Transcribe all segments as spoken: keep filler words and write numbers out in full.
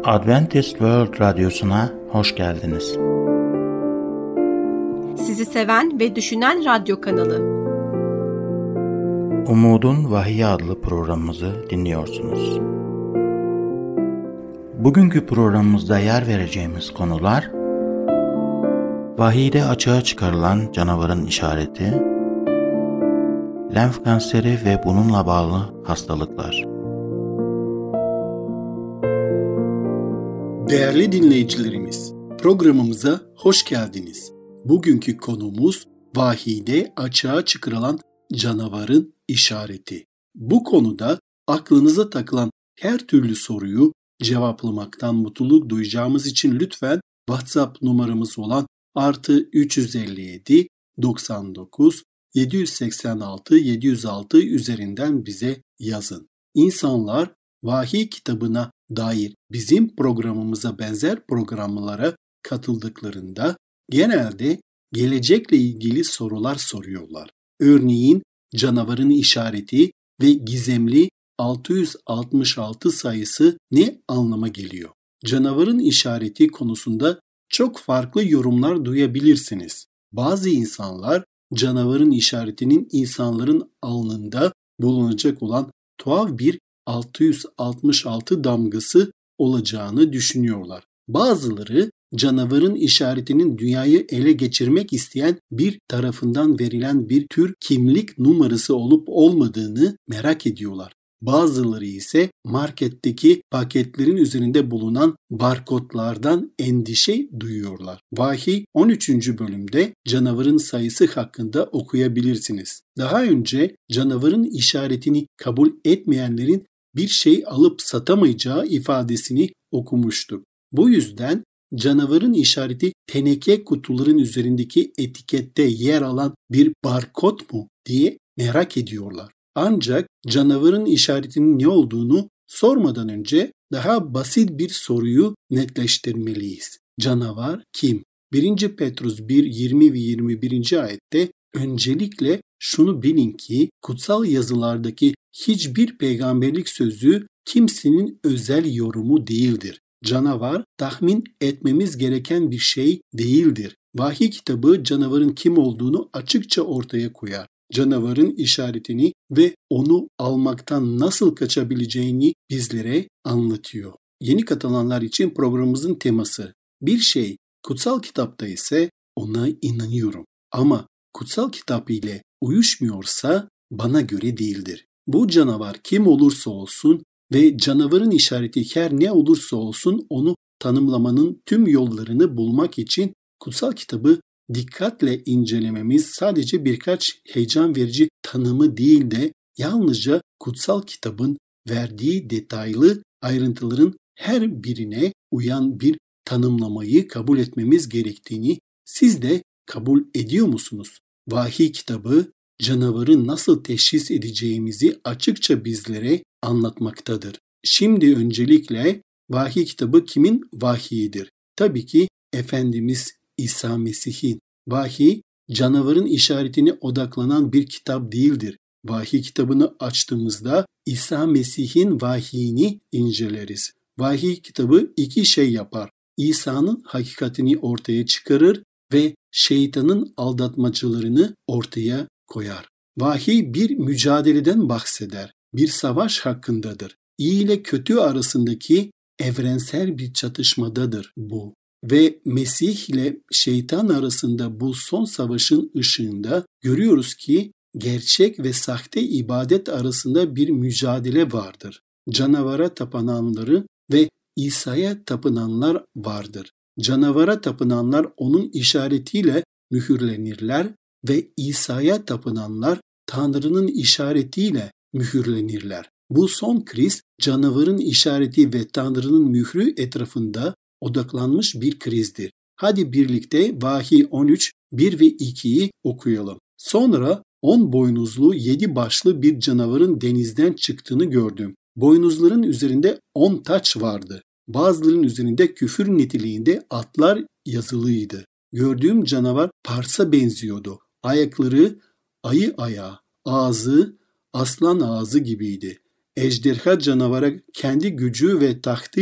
Adventist World Radyosu'na hoş geldiniz. Sizi seven ve düşünen radyo kanalı. Umudun Vahiy adlı programımızı dinliyorsunuz. Bugünkü programımızda yer vereceğimiz konular: Vahiyde açığa çıkarılan canavarın işareti, lenf kanseri ve bununla bağlı hastalıklar. Değerli dinleyicilerimiz, programımıza hoş geldiniz. Bugünkü konumuz vahiyde açığa çıkarılan canavarın işareti. Bu konuda aklınıza takılan her türlü soruyu cevaplamaktan mutluluk duyacağımız için lütfen WhatsApp numaramız olan artı üç yüz elli yedi doksan dokuz yedi yüz seksen altı yedi yüz altı üzerinden bize yazın. İnsanlar vahiy kitabına dair bizim programımıza benzer programlara katıldıklarında genelde gelecekle ilgili sorular soruyorlar. Örneğin canavarın işareti ve gizemli altı yüz altmış altı sayısı ne anlama geliyor? Canavarın işareti konusunda çok farklı yorumlar duyabilirsiniz. Bazı insanlar canavarın işaretinin insanların alnında bulunacak olan tuhaf bir altı yüz altmış altı damgası olacağını düşünüyorlar. Bazıları canavarın işaretinin dünyayı ele geçirmek isteyen bir tarafından verilen bir tür kimlik numarası olup olmadığını merak ediyorlar. Bazıları ise marketteki paketlerin üzerinde bulunan barkodlardan endişe duyuyorlar. Vahiy on üçüncü bölümde canavarın sayısı hakkında okuyabilirsiniz. Daha önce canavarın işaretini kabul etmeyenlerin bir şey alıp satamayacağı ifadesini okumuştuk. Bu yüzden canavarın işareti teneke kutuların üzerindeki etikette yer alan bir barkod mu diye merak ediyorlar. Ancak canavarın işaretinin ne olduğunu sormadan önce daha basit bir soruyu netleştirmeliyiz. Canavar kim? birinci Petrus bir yirmi ve yirmi birinci ayette öncelikle şunu bilin ki kutsal yazılardaki hiçbir peygamberlik sözü kimsenin özel yorumu değildir. Canavar tahmin etmemiz gereken bir şey değildir. Vahiy kitabı canavarın kim olduğunu açıkça ortaya koyar. Canavarın işaretini ve onu almaktan nasıl kaçabileceğini bizlere anlatıyor. Yeni katılanlar için programımızın teması: bir şey kutsal kitapta ise ona inanıyorum. Ama kutsal kitap ile uyuşmuyorsa bana göre değildir. Bu canavar kim olursa olsun ve canavarın işareti her ne olursa olsun onu tanımlamanın tüm yollarını bulmak için kutsal kitabı dikkatle incelememiz sadece birkaç heyecan verici tanımı değil de yalnızca kutsal kitabın verdiği detaylı ayrıntıların her birine uyan bir tanımlamayı kabul etmemiz gerektiğini siz de kabul ediyor musunuz? Vahiy kitabı canavarı nasıl teşhis edeceğimizi açıkça bizlere anlatmaktadır. Şimdi öncelikle vahiy kitabı kimin vahiyidir? Tabii ki Efendimiz İsa Mesih'in. Vahiy, canavarın işaretine odaklanan bir kitap değildir. Vahiy kitabını açtığımızda İsa Mesih'in vahiyini inceleriz. Vahiy kitabı iki şey yapar: İsa'nın hakikatini ortaya çıkarır ve şeytanın aldatmacılarını ortaya koyar. Vahiy bir mücadeleden bahseder. Bir savaş hakkındadır. İyi ile kötü arasındaki evrensel bir çatışmadadır bu. Ve Mesih ile şeytan arasında bu son savaşın ışığında görüyoruz ki gerçek ve sahte ibadet arasında bir mücadele vardır. Canavara tapınanları ve İsa'ya tapınanlar vardır. Canavara tapınanlar onun işaretiyle mühürlenirler ve İsa'ya tapınanlar Tanrı'nın işaretiyle mühürlenirler. Bu son kriz canavarın işareti ve Tanrı'nın mührü etrafında odaklanmış bir krizdir. Hadi birlikte Vahiy on üç bir ve ikiyi okuyalım. Sonra on boynuzlu yedi başlı bir canavarın denizden çıktığını gördüm. Boynuzların üzerinde on taç vardı. Bazılarının üzerinde küfür niteliğinde atlar yazılıydı. Gördüğüm canavar Pars'a benziyordu. Ayakları ayı ayağı, ağzı aslan ağzı gibiydi. Ejderha canavara kendi gücü ve tahtıyla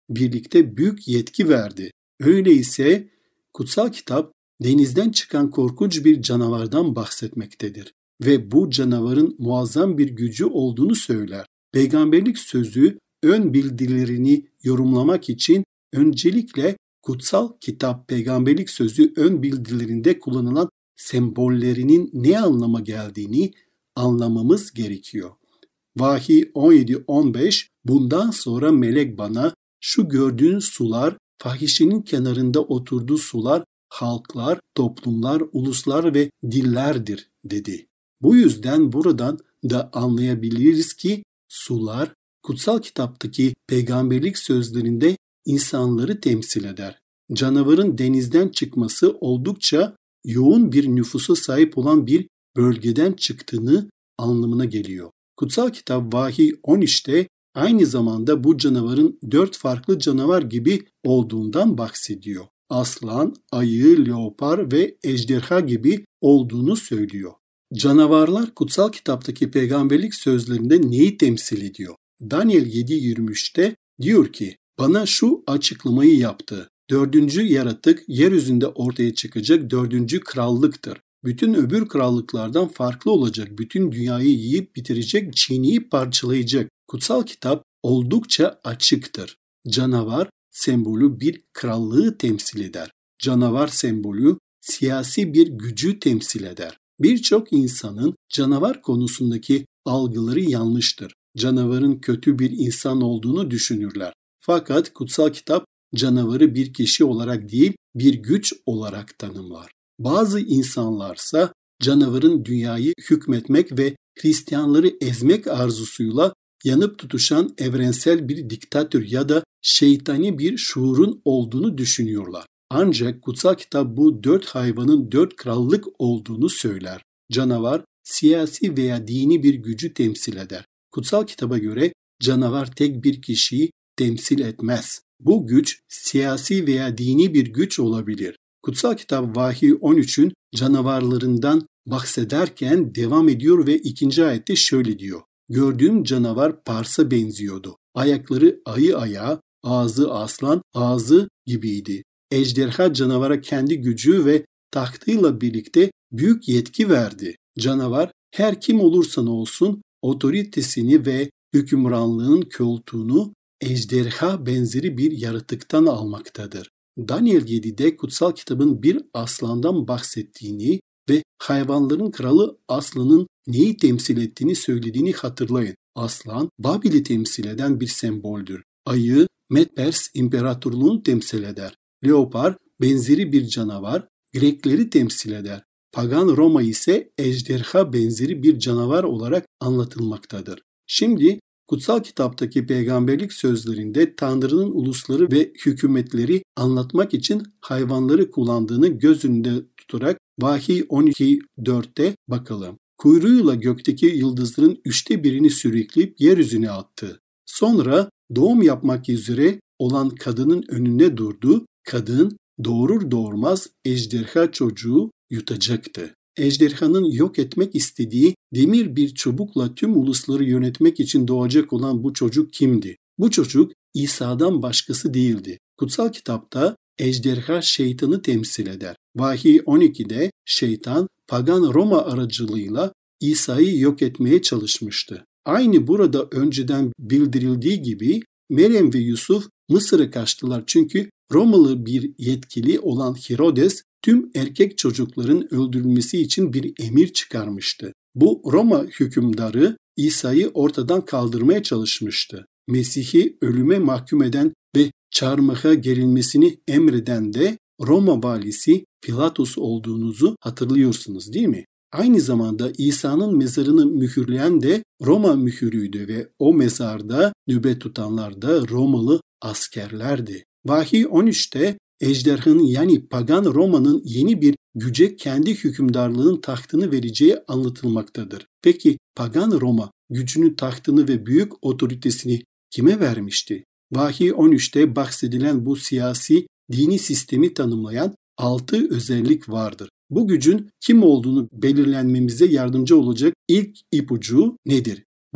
birlikte büyük yetki verdi. Öyleyse kutsal kitap denizden çıkan korkunç bir canavardan bahsetmektedir ve bu canavarın muazzam bir gücü olduğunu söyler. Peygamberlik sözü ön bildirilerini yorumlamak için öncelikle kutsal kitap peygamberlik sözü ön bildirilerinde kullanılan sembollerinin ne anlama geldiğini anlamamız gerekiyor. Vahiy on yedi on beş bundan sonra melek bana şu gördüğün sular fahişenin kenarında oturduğu sular halklar, toplumlar, uluslar ve dillerdir dedi. Bu yüzden buradan da anlayabiliriz ki sular kutsal kitaptaki peygamberlik sözlerinde insanları temsil eder. Canavarın denizden çıkması oldukça yoğun bir nüfusa sahip olan bir bölgeden çıktığını anlamına geliyor. Kutsal kitap Vahiy on üçte aynı zamanda bu canavarın dört farklı canavar gibi olduğundan bahsediyor. Aslan, ayı, leopar ve ejderha gibi olduğunu söylüyor. Canavarlar kutsal kitaptaki peygamberlik sözlerinde neyi temsil ediyor? Daniel yedi yirmi üçte diyor ki, bana şu açıklamayı yaptı. Dördüncü yaratık yeryüzünde ortaya çıkacak dördüncü krallıktır. Bütün öbür krallıklardan farklı olacak, bütün dünyayı yiyip bitirecek, çiğneyip parçalayacak. Kutsal kitap oldukça açıktır. Canavar sembolü bir krallığı temsil eder. Canavar sembolü siyasi bir gücü temsil eder. Birçok insanın canavar konusundaki algıları yanlıştır. Canavarın kötü bir insan olduğunu düşünürler. Fakat kutsal kitap canavarı bir kişi olarak değil, bir güç olarak tanımlar. Bazı insanlarsa canavarın dünyayı hükmetmek ve Hristiyanları ezmek arzusuyla yanıp tutuşan evrensel bir diktatör ya da şeytani bir şuurun olduğunu düşünüyorlar. Ancak kutsal kitap bu dört hayvanın dört krallık olduğunu söyler. Canavar siyasi veya dini bir gücü temsil eder. Kutsal kitaba göre canavar tek bir kişiyi temsil etmez. Bu güç siyasi veya dini bir güç olabilir. Kutsal kitap Vahiy on üçün canavarlarından bahsederken devam ediyor ve ikinci ayette şöyle diyor. Gördüğüm canavar Pars'a benziyordu. Ayakları ayı ayağı, ağzı aslan, ağzı gibiydi. Ejderha canavara kendi gücü ve tahtıyla birlikte büyük yetki verdi. Canavar her kim olursa olsun otoritesini ve hükümranlığın koltuğunu ejderha benzeri bir yaratıktan almaktadır. Daniel yedide kutsal kitabın bir aslandan bahsettiğini ve hayvanların kralı aslanın neyi temsil ettiğini söylediğini hatırlayın. Aslan, Babil'i temsil eden bir semboldür. Ayı, Medpers imparatorluğunu temsil eder. Leopar, benzeri bir canavar, Grekleri temsil eder. Pagan Roma ise ejderha benzeri bir canavar olarak anlatılmaktadır. Şimdi kutsal kitaptaki peygamberlik sözlerinde Tanrı'nın ulusları ve hükümetleri anlatmak için hayvanları kullandığını göz önünde tutarak Vahiy on iki dörtte bakalım. Kuyruğuyla gökteki yıldızların üçte birini sürükleyip yeryüzüne attı. Sonra doğum yapmak üzere olan kadının önünde durdu. Kadın doğurur doğurmaz ejderha çocuğu yutacaktı. Ejderhanın yok etmek istediği demir bir çubukla tüm ulusları yönetmek için doğacak olan bu çocuk kimdi? Bu çocuk İsa'dan başkası değildi. Kutsal kitapta ejderha şeytanı temsil eder. Vahiy on ikide şeytan pagan Roma aracılığıyla İsa'yı yok etmeye çalışmıştı. Aynı burada önceden bildirildiği gibi Meryem ve Yusuf Mısır'a kaçtılar çünkü Romalı bir yetkili olan Herodes tüm erkek çocukların öldürülmesi için bir emir çıkarmıştı. Bu Roma hükümdarı İsa'yı ortadan kaldırmaya çalışmıştı. Mesih'i ölüme mahkum eden ve çarmıha gerilmesini emreden de Roma valisi Pilatus olduğunuzu hatırlıyorsunuz değil mi? Aynı zamanda İsa'nın mezarını mühürleyen de Roma mühürüydü ve o mezarda nöbet tutanlar da Romalı askerlerdi. Vahiy on üçte ejderhanın yani pagan Roma'nın yeni bir güce kendi hükümdarlığın tahtını vereceği anlatılmaktadır. Peki pagan Roma gücünü, tahtını ve büyük otoritesini kime vermişti? Vahiy on üçte bahsedilen bu siyasi dini sistemi tanımlayan altı özellik vardır. Bu gücün kim olduğunu belirlenmemize yardımcı olacak ilk ipucu nedir?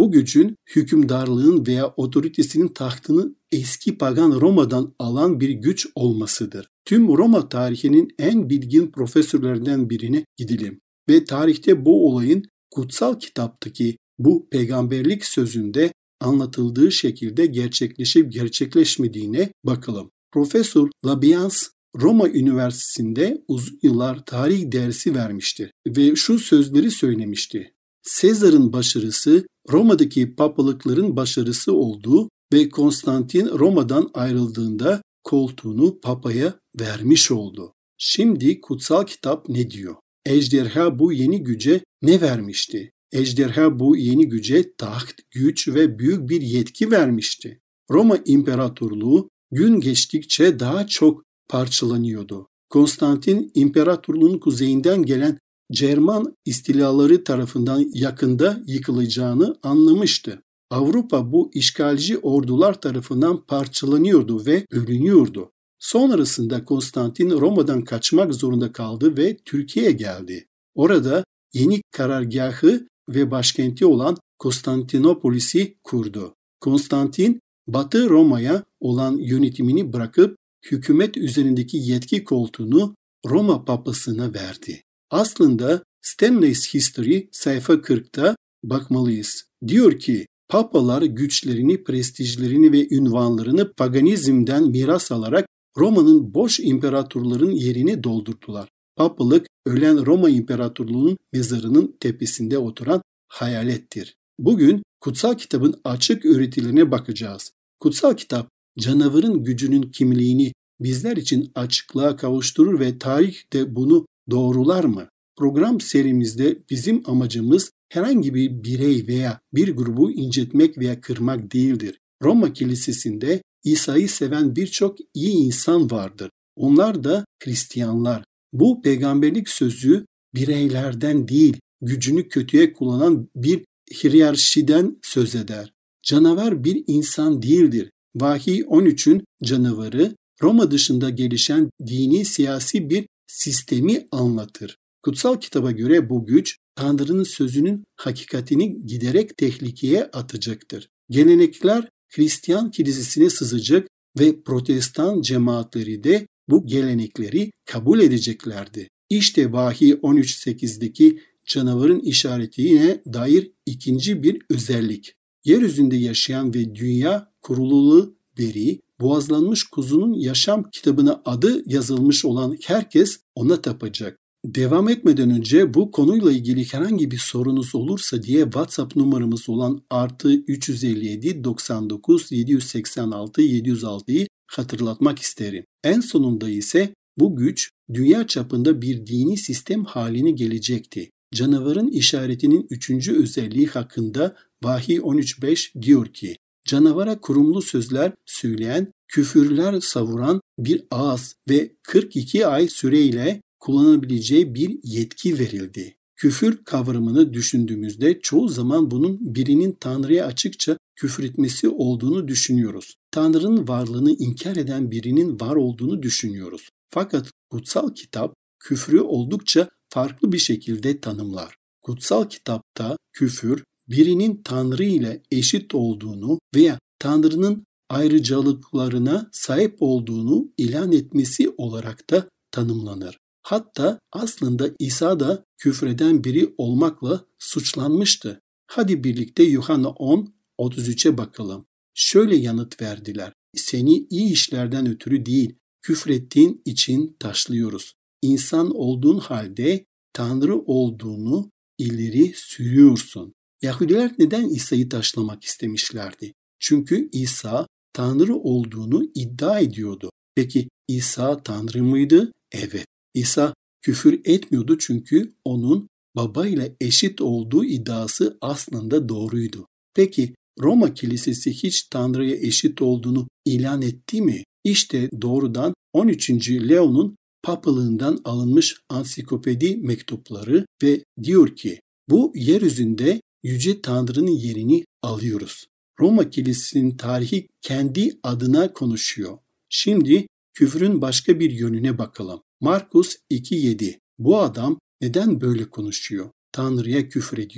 Bu gücün hükümdarlığın veya otoritesinin tahtını eski pagan Roma'dan alan bir güç olmasıdır. Tüm Roma tarihinin en bilgin profesörlerinden birine gidelim ve tarihte bu olayın kutsal kitaptaki bu peygamberlik sözünde anlatıldığı şekilde gerçekleşip gerçekleşmediğine bakalım. Profesör Labians Roma Üniversitesi'nde uzun yıllar tarih dersi vermişti ve şu sözleri söylemişti. Sezar'ın başarısı Roma'daki papalıkların başarısı olduğu ve Konstantin Roma'dan ayrıldığında koltuğunu papaya vermiş oldu. Şimdi kutsal kitap ne diyor? Ejderha bu yeni güce ne vermişti? Ejderha bu yeni güce taht, güç ve büyük bir yetki vermişti. Roma İmparatorluğu gün geçtikçe daha çok parçalanıyordu. Konstantin imparatorluğun kuzeyinden gelen Cerman istilaları tarafından yakında yıkılacağını anlamıştı. Avrupa bu işgalci ordular tarafından parçalanıyordu ve bölünüyordu. Sonrasında Konstantin Roma'dan kaçmak zorunda kaldı ve Türkiye'ye geldi. Orada yeni karargahı ve başkenti olan Konstantinopolis'i kurdu. Konstantin, Batı Roma'ya olan yönetimini bırakıp hükümet üzerindeki yetki koltuğunu Roma papasına verdi. Aslında Stanley's History sayfa kırkta bakmalıyız. Diyor ki, papalar güçlerini, prestijlerini ve ünvanlarını paganizmden miras alarak Roma'nın boş imparatorların yerini doldurdular. Papalık, ölen Roma İmparatorluğu'nun mezarının tepesinde oturan hayalettir. Bugün kutsal kitabın açık öğretilerine bakacağız. Kutsal kitap, canavarın gücünün kimliğini bizler için açıklığa kavuşturur ve tarih de bunu doğrular mı? Program serimizde bizim amacımız herhangi bir birey veya bir grubu incitmek veya kırmak değildir. Roma Kilisesi'nde İsa'yı seven birçok iyi insan vardır. Onlar da Hristiyanlar. Bu peygamberlik sözü bireylerden değil, gücünü kötüye kullanan bir hiyerarşiden söz eder. Canavar bir insan değildir. Vahiy on üçün canavarı Roma dışında gelişen dini siyasi bir sistemi anlatır. Kutsal kitaba göre bu güç Tanrı'nın sözünün hakikatini giderek tehlikeye atacaktır. Gelenekler Hristiyan kilisesine sızacak ve Protestan cemaatleri de bu gelenekleri kabul edeceklerdi. İşte Vahiy on üç sekizdeki canavarın işaretine dair ikinci bir özellik. Yeryüzünde yaşayan ve dünya kurululu beri boğazlanmış kuzunun yaşam kitabına adı yazılmış olan herkes ona tapacak. Devam etmeden önce bu konuyla ilgili herhangi bir sorunuz olursa diye WhatsApp numaramız olan artı üç yüz elli yedi doksan dokuz yedi yüz seksen altı yedi yüz altı'yı hatırlatmak isterim. En sonunda ise bu güç dünya çapında bir dini sistem haline gelecekti. Canavarın işaretinin üçüncü özelliği hakkında Vahiy on üç beş diyor ki, canavara kurumlu sözler söyleyen, küfürler savuran bir ağız ve kırk iki ay süreyle kullanabileceği bir yetki verildi. Küfür kavramını düşündüğümüzde çoğu zaman bunun birinin Tanrı'ya açıkça küfür etmesi olduğunu düşünüyoruz. Tanrı'nın varlığını inkar eden birinin var olduğunu düşünüyoruz. Fakat kutsal kitap küfrü oldukça farklı bir şekilde tanımlar. Kutsal kitapta küfür birinin Tanrı ile eşit olduğunu veya Tanrı'nın ayrıcalıklarına sahip olduğunu ilan etmesi olarak da tanımlanır. Hatta aslında İsa da küfreden biri olmakla suçlanmıştı. Hadi birlikte Yuhanna on otuz üç'e bakalım. Şöyle yanıt verdiler. Seni iyi işlerden ötürü değil, küfrettiğin için taşlıyoruz. İnsan olduğun halde Tanrı olduğunu ileri sürüyorsun. Yahudiler neden İsa'yı taşlamak istemişlerdi? Çünkü İsa Tanrı olduğunu iddia ediyordu. Peki İsa Tanrı mıydı? Evet. İsa küfür etmiyordu çünkü onun Baba ile eşit olduğu iddiası aslında doğruydu. Peki Roma Kilisesi hiç Tanrı'ya eşit olduğunu ilan etti mi? İşte doğrudan on üçüncü Leon'un papalığından alınmış ansiklopedi mektupları ve diyor ki, bu yeryüzünde Yüce Tanrı'nın yerini alıyoruz. Roma Kilisesi'nin tarihi kendi adına konuşuyor. Şimdi küfrün başka bir yönüne bakalım. Markus iki yedi. Bu adam neden böyle konuşuyor? Tanrı'ya küfür ediyor.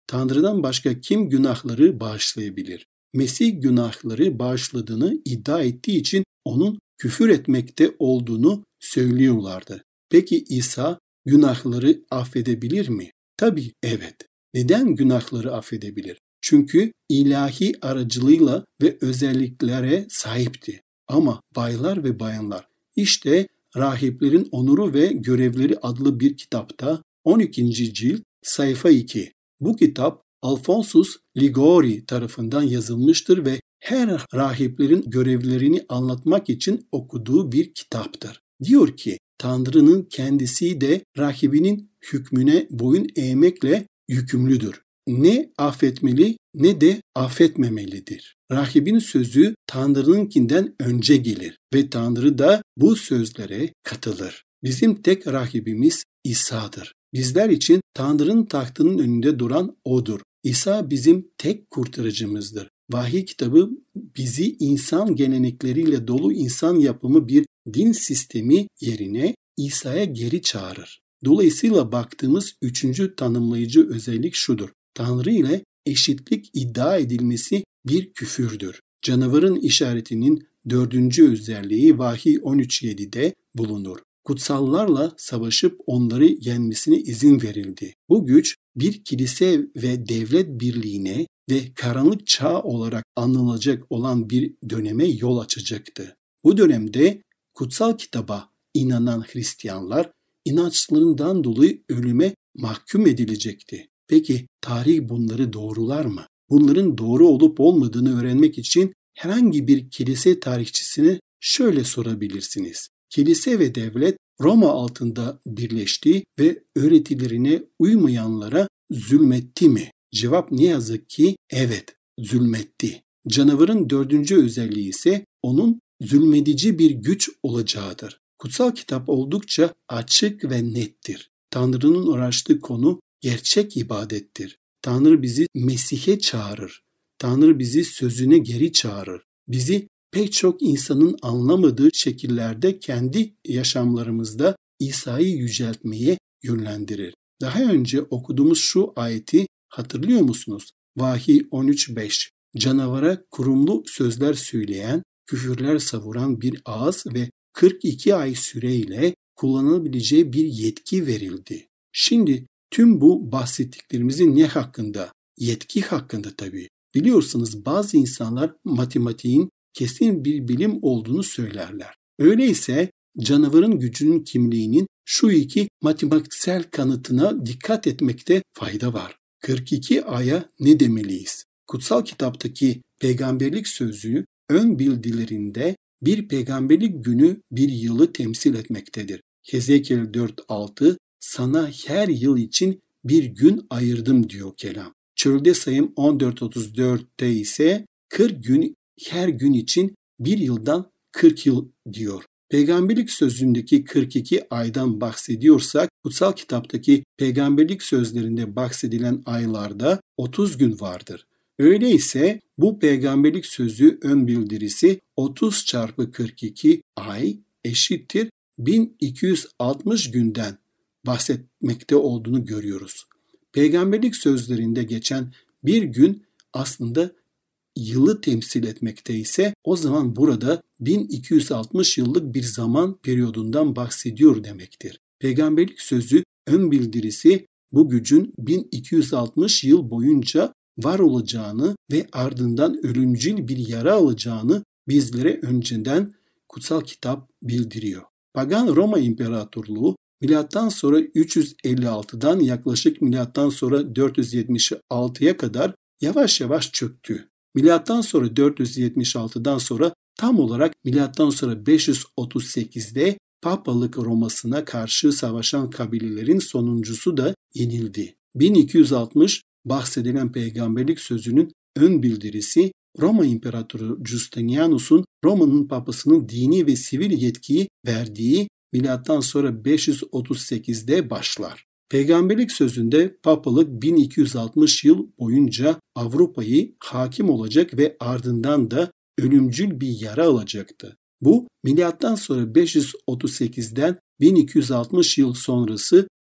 Tanrı'dan başka kim günahları bağışlayabilir? Mesih günahları bağışladığını iddia ettiği için onun küfür etmekte olduğunu söylüyorlardı. Peki İsa günahları affedebilir mi? Tabii evet. Neden günahları affedebilir? Çünkü ilahi aracılığıyla ve özelliklere sahipti. Ama baylar ve bayanlar, işte Rahiplerin Onuru ve Görevleri adlı bir kitapta on ikinci cilt sayfa iki. Bu kitap Alphonsus Liguori tarafından yazılmıştır ve her rahiplerin görevlerini anlatmak için okuduğu bir kitaptır. Diyor ki Tanrı'nın kendisi de rahibinin hükmüne boyun eğmekle yükümlüdür. Ne affetmeli ne de affetmemelidir. Rahibin sözü Tanrı'nınkinden önce gelir ve Tanrı da bu sözlere katılır. Bizim tek rahibimiz İsa'dır. Bizler için Tanrı'nın tahtının önünde duran O'dur. İsa bizim tek kurtarıcımızdır. Vahiy kitabı bizi insan gelenekleriyle dolu insan yapımı bir din sistemi yerine İsa'ya geri çağırır. Dolayısıyla baktığımız üçüncü tanımlayıcı özellik şudur. Tanrı ile eşitlik iddia edilmesi bir küfürdür. Canavarın işaretinin dördüncü özelliği Vahiy on üç yedide bulunur. Kutsallarla savaşıp onları yenmesine izin verildi. Bu güç bir kilise ve devlet birliğine ve karanlık çağ olarak anılacak olan bir döneme yol açacaktı. Bu dönemde kutsal kitaba inanan Hristiyanlar inançlarından dolayı ölüme mahkum edilecekti. Peki tarih bunları doğrular mı? Bunların doğru olup olmadığını öğrenmek için herhangi bir kilise tarihçisine şöyle sorabilirsiniz. Kilise ve devlet Roma altında birleşti ve öğretilerine uymayanlara zulmetti mi? Cevap ne yazık ki evet, zulmetti. Canavarın dördüncü özelliği ise onun zulmedici bir güç olacağıdır. Kutsal kitap oldukça açık ve nettir. Tanrı'nın uğraştığı konu gerçek ibadettir. Tanrı bizi Mesih'e çağırır. Tanrı bizi sözüne geri çağırır. Bizi pek çok insanın anlamadığı şekillerde kendi yaşamlarımızda İsa'yı yüceltmeye yönlendirir. Daha önce okuduğumuz şu ayeti hatırlıyor musunuz? Vahiy on üç beş. Canavara kurumlu sözler söyleyen, küfürler savuran bir ağız ve kırk iki ay süreyle kullanabileceği bir yetki verildi. Şimdi tüm bu bahsettiklerimizin ne hakkında? Yetki hakkında tabii. Biliyorsunuz bazı insanlar matematiğin kesin bir bilim olduğunu söylerler. Öyleyse canavarın gücünün kimliğinin şu iki matematiksel kanıtına dikkat etmekte fayda var. kırk iki aya ne demeliyiz? Kutsal kitaptaki peygamberlik sözü ön bildilerinde bir peygamberlik günü bir yılı temsil etmektedir. Hezekiel dört altı sana her yıl için bir gün ayırdım diyor kelam. Çölde sayım on dört otuz dörtte ise kırk gün her gün için bir yıldan kırk yıl diyor. Peygamberlik sözündeki kırk iki aydan bahsediyorsak kutsal kitaptaki peygamberlik sözlerinde bahsedilen aylarda otuz gün vardır. Öyleyse bu peygamberlik sözü ön bildirisi otuz çarpı kırk iki ay eşittir bin iki yüz altmış günden bahsetmekte olduğunu görüyoruz. Peygamberlik sözlerinde geçen bir gün aslında yılı temsil etmekte ise o zaman burada bin iki yüz altmış yıllık bir zaman periyodundan bahsediyor demektir. Peygamberlik sözü ön bildirisi bu gücün bin iki yüz altmış yıl boyunca var olacağını ve ardından ölümcül bir yara alacağını bizlere önceden kutsal kitap bildiriyor. Pagan Roma İmparatorluğu milattan sonra üç yüz elli altıdan yaklaşık milattan sonra dört yüz yetmiş altıya kadar yavaş yavaş çöktü. Milattan sonra dört yüz yetmiş altıdan sonra tam olarak milattan sonra beş yüz otuz sekizde Papalık Roma'sına karşı savaşan kabilelerin sonuncusu da yenildi. bin iki yüz altmış bahsedilen peygamberlik sözünün ön bildirisi Roma İmparatoru Justinianus'un Roma'nın papasının dini ve sivil yetkiyi verdiği milattan sonra beş yüz otuz sekizde başlar. Peygamberlik sözünde papalık bin iki yüz altmış yıl boyunca Avrupa'yı hakim olacak ve ardından da ölümcül bir yara alacaktı. Bu milattan sonra beş yüz otuz sekizden bin iki yüz altmış yıl sonrası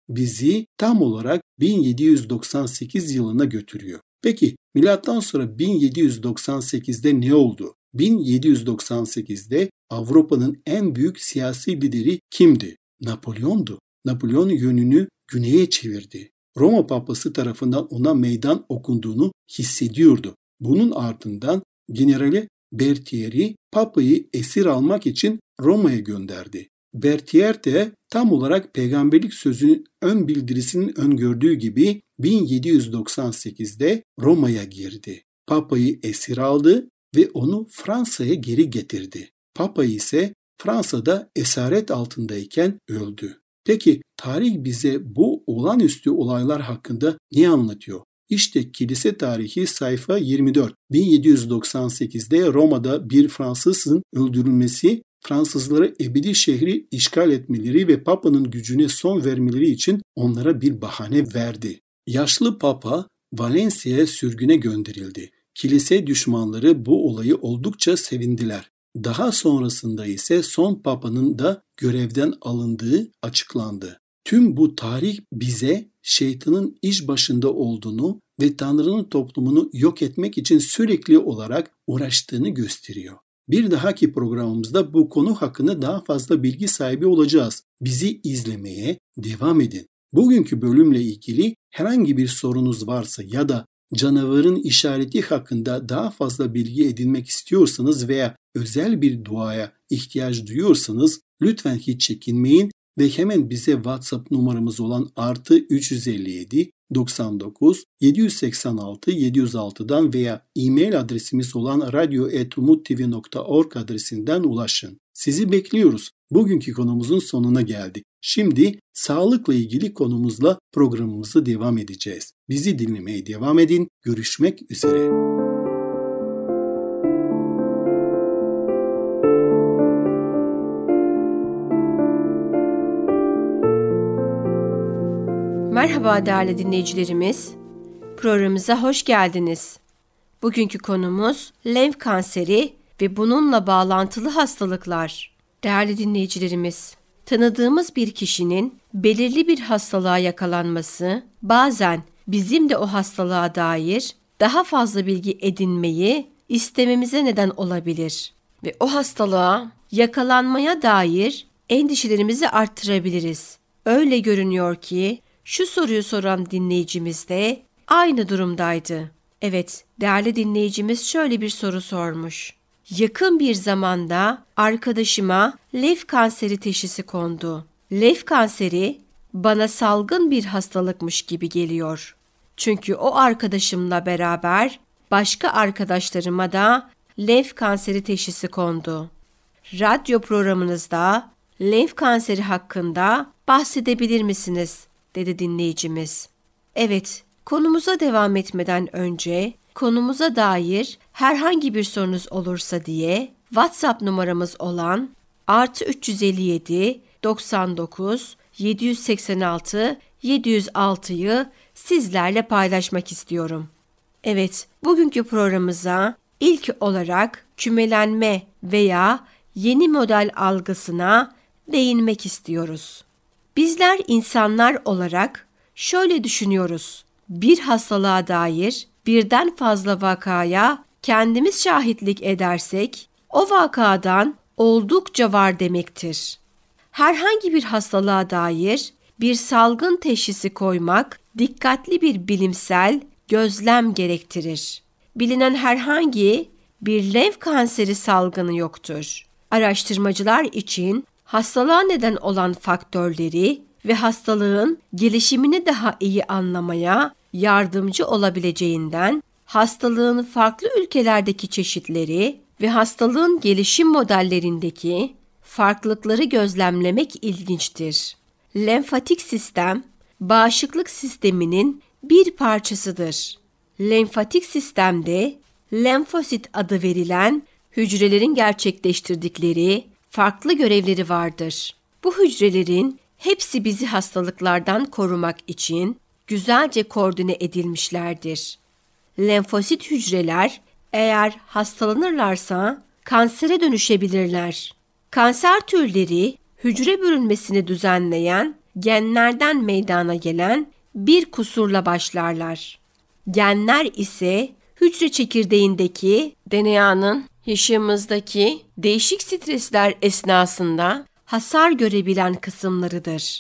bizi tam olarak bin yedi yüz doksan sekiz yılına götürüyor. Peki milattan sonra bin yedi yüz doksan sekizde ne oldu? bin yedi yüz doksan sekizde Avrupa'nın en büyük siyasi lideri kimdi? Napolyon'du. Napolyon yönünü güneye çevirdi. Roma Papası tarafından ona meydan okunduğunu hissediyordu. Bunun ardından Generali Berthieri Papa'yı esir almak için Roma'ya gönderdi. Berthier de tam olarak peygamberlik sözünün ön bildirisinin öngördüğü gibi bin yedi yüz doksan sekizde Roma'ya girdi. Papa'yı esir aldı ve onu Fransa'ya geri getirdi. Papa ise Fransa'da esaret altındayken öldü. Peki tarih bize bu olağanüstü olaylar hakkında ne anlatıyor? İşte kilise tarihi sayfa yirmi dört. bin yedi yüz doksan sekizde Roma'da bir Fransızın öldürülmesi, Fransızlara ebedi şehri işgal etmeleri ve Papa'nın gücüne son vermeleri için onlara bir bahane verdi. Yaşlı Papa Valencia'ya sürgüne gönderildi. Kilise düşmanları bu olayı oldukça sevindiler. Daha sonrasında ise son papanın da görevden alındığı açıklandı. Tüm bu tarih bize şeytanın iş başında olduğunu ve Tanrı'nın toplumunu yok etmek için sürekli olarak uğraştığını gösteriyor. Bir dahaki programımızda bu konu hakkında daha fazla bilgi sahibi olacağız. Bizi izlemeye devam edin. Bugünkü bölümle ilgili herhangi bir sorunuz varsa ya da canavarın işareti hakkında daha fazla bilgi edinmek istiyorsanız veya özel bir duaya ihtiyaç duyuyorsanız lütfen hiç çekinmeyin ve hemen bize WhatsApp numaramız olan artı üç yüz elli yedi doksan dokuz yedi yüz seksen altı yedi yüz altıdan veya e-mail adresimiz olan radyo et umuttv nokta org adresinden ulaşın. Sizi bekliyoruz. Bugünkü konumuzun sonuna geldik. Şimdi sağlıkla ilgili konumuzla programımızı devam edeceğiz. Bizi dinlemeye devam edin. Görüşmek üzere. Merhaba değerli dinleyicilerimiz. Programımıza hoş geldiniz. Bugünkü konumuz lenf kanseri ve bununla bağlantılı hastalıklar. Değerli dinleyicilerimiz, tanıdığımız bir kişinin belirli bir hastalığa yakalanması bazen bizim de o hastalığa dair daha fazla bilgi edinmeyi istememize neden olabilir ve o hastalığa yakalanmaya dair endişelerimizi arttırabiliriz. Öyle görünüyor ki şu soruyu soran dinleyicimiz de aynı durumdaydı. Evet, değerli dinleyicimiz şöyle bir soru sormuş. Yakın bir zamanda arkadaşıma lenf kanseri teşhisi kondu. Lenf kanseri bana salgın bir hastalıkmış gibi geliyor. Çünkü o arkadaşımla beraber başka arkadaşlarıma da lenf kanseri teşhisi kondu. Radyo programınızda lenf kanseri hakkında bahsedebilir misiniz? Dedi dinleyicimiz. Evet, konumuza devam etmeden önce konumuza dair herhangi bir sorunuz olursa diye WhatsApp numaramız olan artı üç yüz elli yedi doksan dokuz yedi yüz seksen altı yedi yüz altı'yı sizlerle paylaşmak istiyorum. Evet, bugünkü programımıza ilk olarak kümelenme veya yeni model algısına değinmek istiyoruz. Bizler insanlar olarak şöyle düşünüyoruz. Bir hastalığa dair birden fazla vakaya kendimiz şahitlik edersek o vakadan oldukça var demektir. Herhangi bir hastalığa dair bir salgın teşhisi koymak dikkatli bir bilimsel gözlem gerektirir. Bilinen herhangi bir lenf kanseri salgını yoktur. Araştırmacılar için hastalığa neden olan faktörleri ve hastalığın gelişimini daha iyi anlamaya yardımcı olabileceğinden hastalığın farklı ülkelerdeki çeşitleri ve hastalığın gelişim modellerindeki farklılıkları gözlemlemek ilginçtir. Lenfatik sistem, bağışıklık sisteminin bir parçasıdır. Lenfatik sistemde lenfosit adı verilen hücrelerin gerçekleştirdikleri farklı görevleri vardır. Bu hücrelerin hepsi bizi hastalıklardan korumak için güzelce koordine edilmişlerdir. Lenfosit hücreler eğer hastalanırlarsa kansere dönüşebilirler. Kanser türleri hücre bölünmesini düzenleyen genlerden meydana gelen bir kusurla başlarlar. Genler ise hücre çekirdeğindeki D N A'nın yaşamımızdaki değişik stresler esnasında hasar görebilen kısımlarıdır.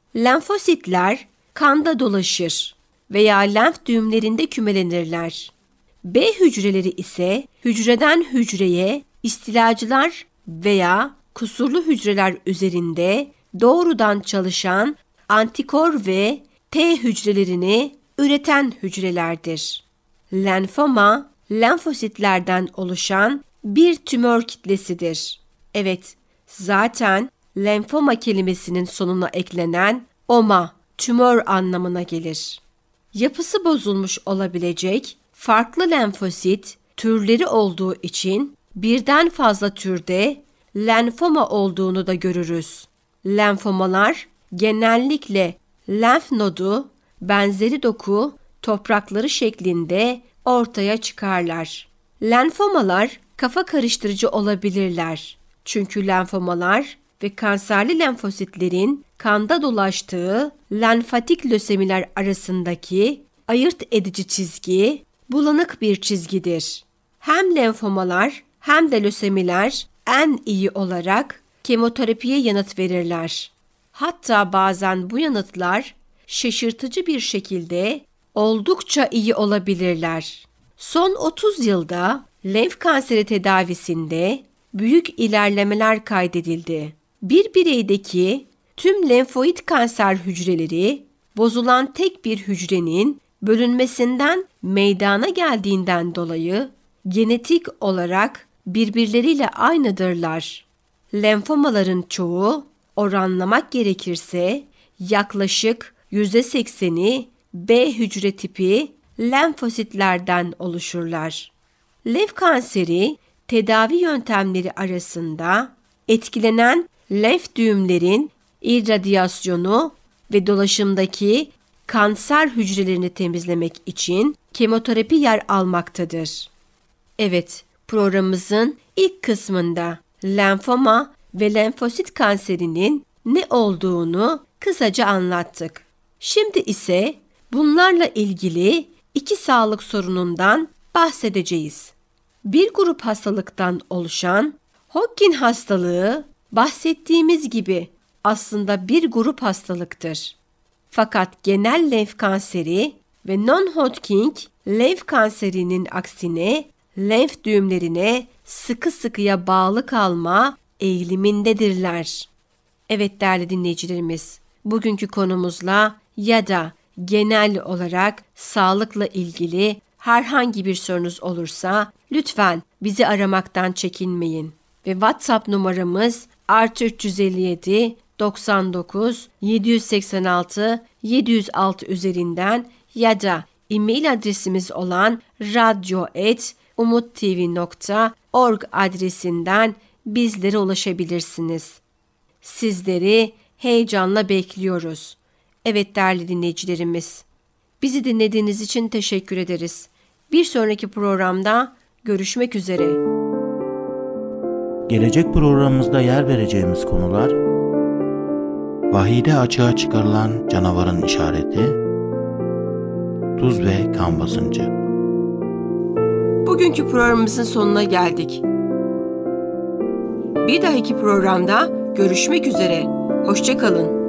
Lenfositler kanda dolaşır veya lenf düğümlerinde kümelenirler. B hücreleri ise hücreden hücreye istilacılar veya kusurlu hücreler üzerinde doğrudan çalışan antikor ve T hücrelerini üreten hücrelerdir. Lenfoma, lenfositlerden oluşan bir tümör kitlesidir. Evet, zaten lenfoma kelimesinin sonuna eklenen oma, tümör anlamına gelir. Yapısı bozulmuş olabilecek farklı lenfosit türleri olduğu için birden fazla türde lenfoma olduğunu da görürüz. Lenfomalar genellikle lenf nodu, benzeri doku, toprakları şeklinde ortaya çıkarlar. Lenfomalar kafa karıştırıcı olabilirler. Çünkü lenfomalar ve kanserli lenfositlerin kanda dolaştığı lenfatik lösemiler arasındaki ayırt edici çizgi bulanık bir çizgidir. Hem lenfomalar hem de lösemiler en iyi olarak kemoterapiye yanıt verirler. Hatta bazen bu yanıtlar şaşırtıcı bir şekilde oldukça iyi olabilirler. Son otuz yılda lenf kanseri tedavisinde büyük ilerlemeler kaydedildi. Bir bireydeki tüm lenfoid kanser hücreleri bozulan tek bir hücrenin bölünmesinden meydana geldiğinden dolayı genetik olarak birbirleriyle aynıdırlar. Lenfomaların çoğu oranlamak gerekirse yaklaşık yüzde sekseni B hücre tipi lenfositlerden oluşurlar. Lenf kanseri tedavi yöntemleri arasında etkilenen lenf düğümlerin irradyasyonu ve dolaşımdaki kanser hücrelerini temizlemek için kemoterapi yer almaktadır. Evet, programımızın ilk kısmında lenfoma ve lenfosit kanserinin ne olduğunu kısaca anlattık. Şimdi ise bunlarla ilgili iki sağlık sorunundan bahsedeceğiz. Bir grup hastalıktan oluşan Hodgkin hastalığı bahsettiğimiz gibi aslında bir grup hastalıktır. Fakat genel lenf kanseri ve non-Hodgkin lenf kanserinin aksine lenf düğümlerine sıkı sıkıya bağlı kalma eğilimindedirler. Evet değerli dinleyicilerimiz, bugünkü konumuzla ya da genel olarak sağlıkla ilgili herhangi bir sorunuz olursa lütfen bizi aramaktan çekinmeyin. Ve WhatsApp numaramız artı üç yüz elli yedi doksan dokuz yedi yüz seksen altı yedi yüz altı üzerinden ya da e-mail adresimiz olan radyo et umuttv nokta org adresinden bizlere ulaşabilirsiniz. Sizleri heyecanla bekliyoruz. Evet değerli dinleyicilerimiz, bizi dinlediğiniz için teşekkür ederiz. Bir sonraki programda görüşmek üzere. Gelecek programımızda yer vereceğimiz konular: vahide açığa çıkarılan canavarın işareti, tuz ve kan basıncı. Bugünkü programımızın sonuna geldik. Bir dahaki programda görüşmek üzere. Hoşça kalın.